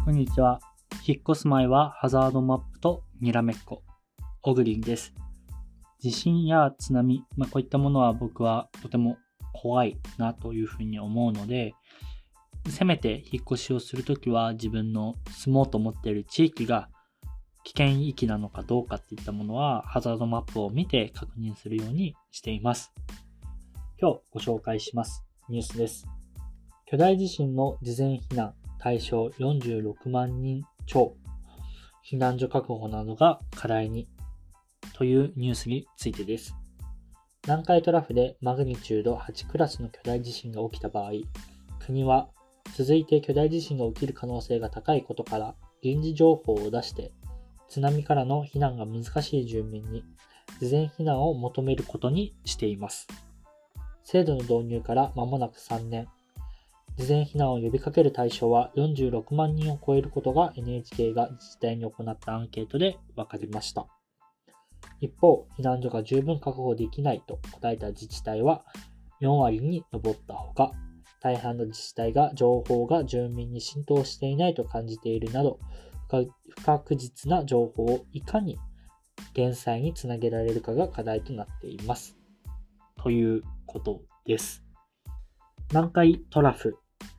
こんにちは。引っ越す前はハザードマップとにらめっこ、オグリンです。地震や津波、こういったものは僕はとても怖いなというふうに思うので、せめて引っ越しをするときは自分の住もうと思っている地域が危険域なのかどうかっていったものはハザードマップを見て確認するようにしています。今日ご紹介しますニュースです。巨大地震の事前避難対象46万人超、避難所確保などが課題にというニュースについてです。南海トラフでマグニチュード8クラスの巨大地震が起きた場合、国は続いて巨大地震が起きる可能性が高いことから臨時情報を出して、津波からの避難が難しい住民に事前避難を求めることにしています。制度の導入から間もなく3年。事前避難を呼びかける対象は46万人を超えることが NHK が自治体に行ったアンケートで分かりました。一方、避難所が十分確保できないと答えた自治体は4割に上ったほか、大半の自治体が情報が住民に浸透していないと感じているなど、不確実な情報をいかに減災につなげられるかが課題となっています。ということです。南海トラフ、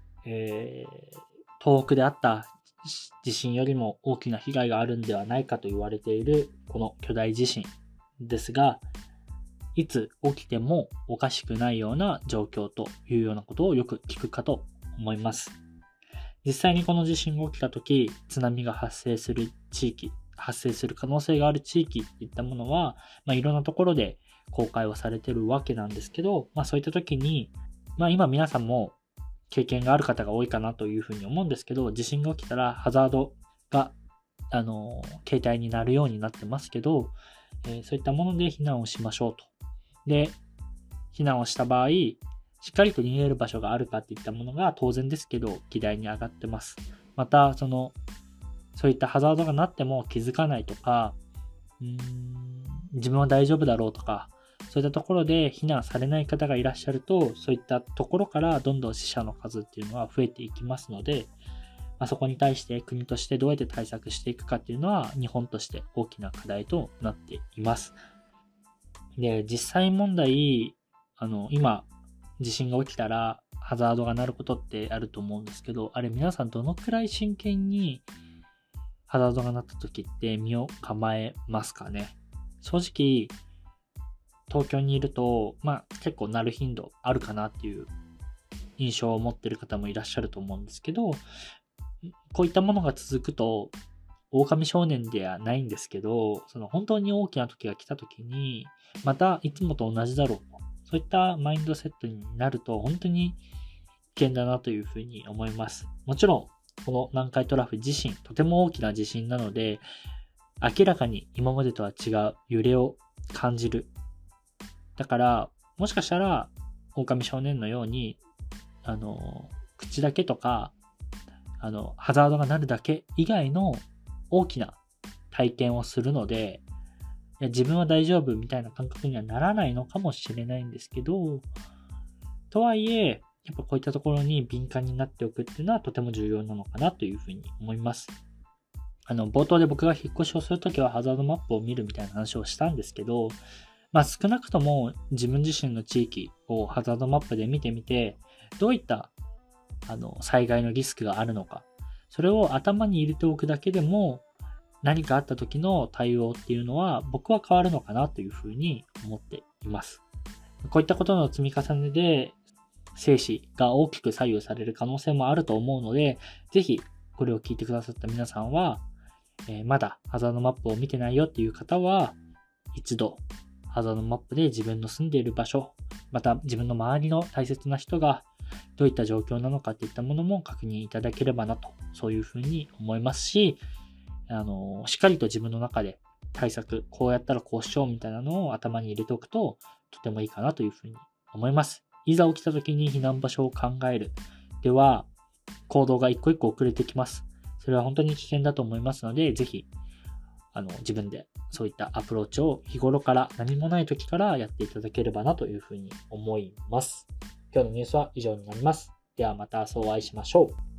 東北であった地震よりも大きな被害があるんではないかと言われているこの巨大地震ですが、いつ起きてもおかしくないような状況というようなことをよく聞くかと思います。実際にこの地震が起きたとき、津波が発生する地域、発生する可能性がある地域っていったものは、いろんなところで公開はされているわけなんですけど、そういったときに、今皆さんも経験がある方が多いかなというふうに思うんですけど、地震が起きたらハザードが携帯になるようになってますけど、そういったもので避難をしましょうと。で、避難をした場合、しっかりと逃げる場所があるかっていったものが当然ですけど議題に上がってます。またそういったハザードが鳴っても気づかないとか、自分は大丈夫だろうとか、そういったところで避難されない方がいらっしゃると、そういったところからどんどん死者の数っていうのは増えていきますので、そこに対して国としてどうやって対策していくかっていうのは日本として大きな課題となっています。で、実際問題、今地震が起きたらハザードが鳴ることってあると思うんですけど、あれ皆さんどのくらい真剣にハザードが鳴った時って身を構えますかね。正直東京にいると、結構鳴る頻度あるかなっていう印象を持っている方もいらっしゃると思うんですけど、こういったものが続くと、狼少年ではないんですけど、本当に大きな時が来た時に、またいつもと同じだろうと、そういったマインドセットになると、本当に危険だなというふうに思います。もちろん、この南海トラフ地震、とても大きな地震なので、明らかに今までとは違う揺れを感じる。だから、もしかしたら、狼少年のように、口だけとか、ハザードが鳴るだけ以外の大きな体験をするので、自分は大丈夫みたいな感覚にはならないのかもしれないんですけど、とはいえ、やっぱこういったところに敏感になっておくっていうのはとても重要なのかなというふうに思います。冒頭で僕が引っ越しをするときはハザードマップを見るみたいな話をしたんですけど、少なくとも自分自身の地域をハザードマップで見てみて、どういった災害のリスクがあるのか、それを頭に入れておくだけでも何かあった時の対応っていうのは僕は変わるのかなというふうに思っています。こういったことの積み重ねで生死が大きく左右される可能性もあると思うので、ぜひこれを聞いてくださった皆さんは、まだハザードマップを見てないよっていう方は一度ハザードマップで自分の住んでいる場所、また自分の周りの大切な人がどういった状況なのかっていったものも確認いただければなと、そういうふうに思いますし、しっかりと自分の中で対策、こうやったらこうしようみたいなのを頭に入れておくととてもいいかなというふうに思います。いざ起きた時に避難場所を考える。では、行動が一個一個遅れてきます。それは本当に危険だと思いますので、ぜひ自分でそういったアプローチを日頃から何もない時からやっていただければなというふうに思います。今日のニュースは以上になります。ではまたお会いしましょう。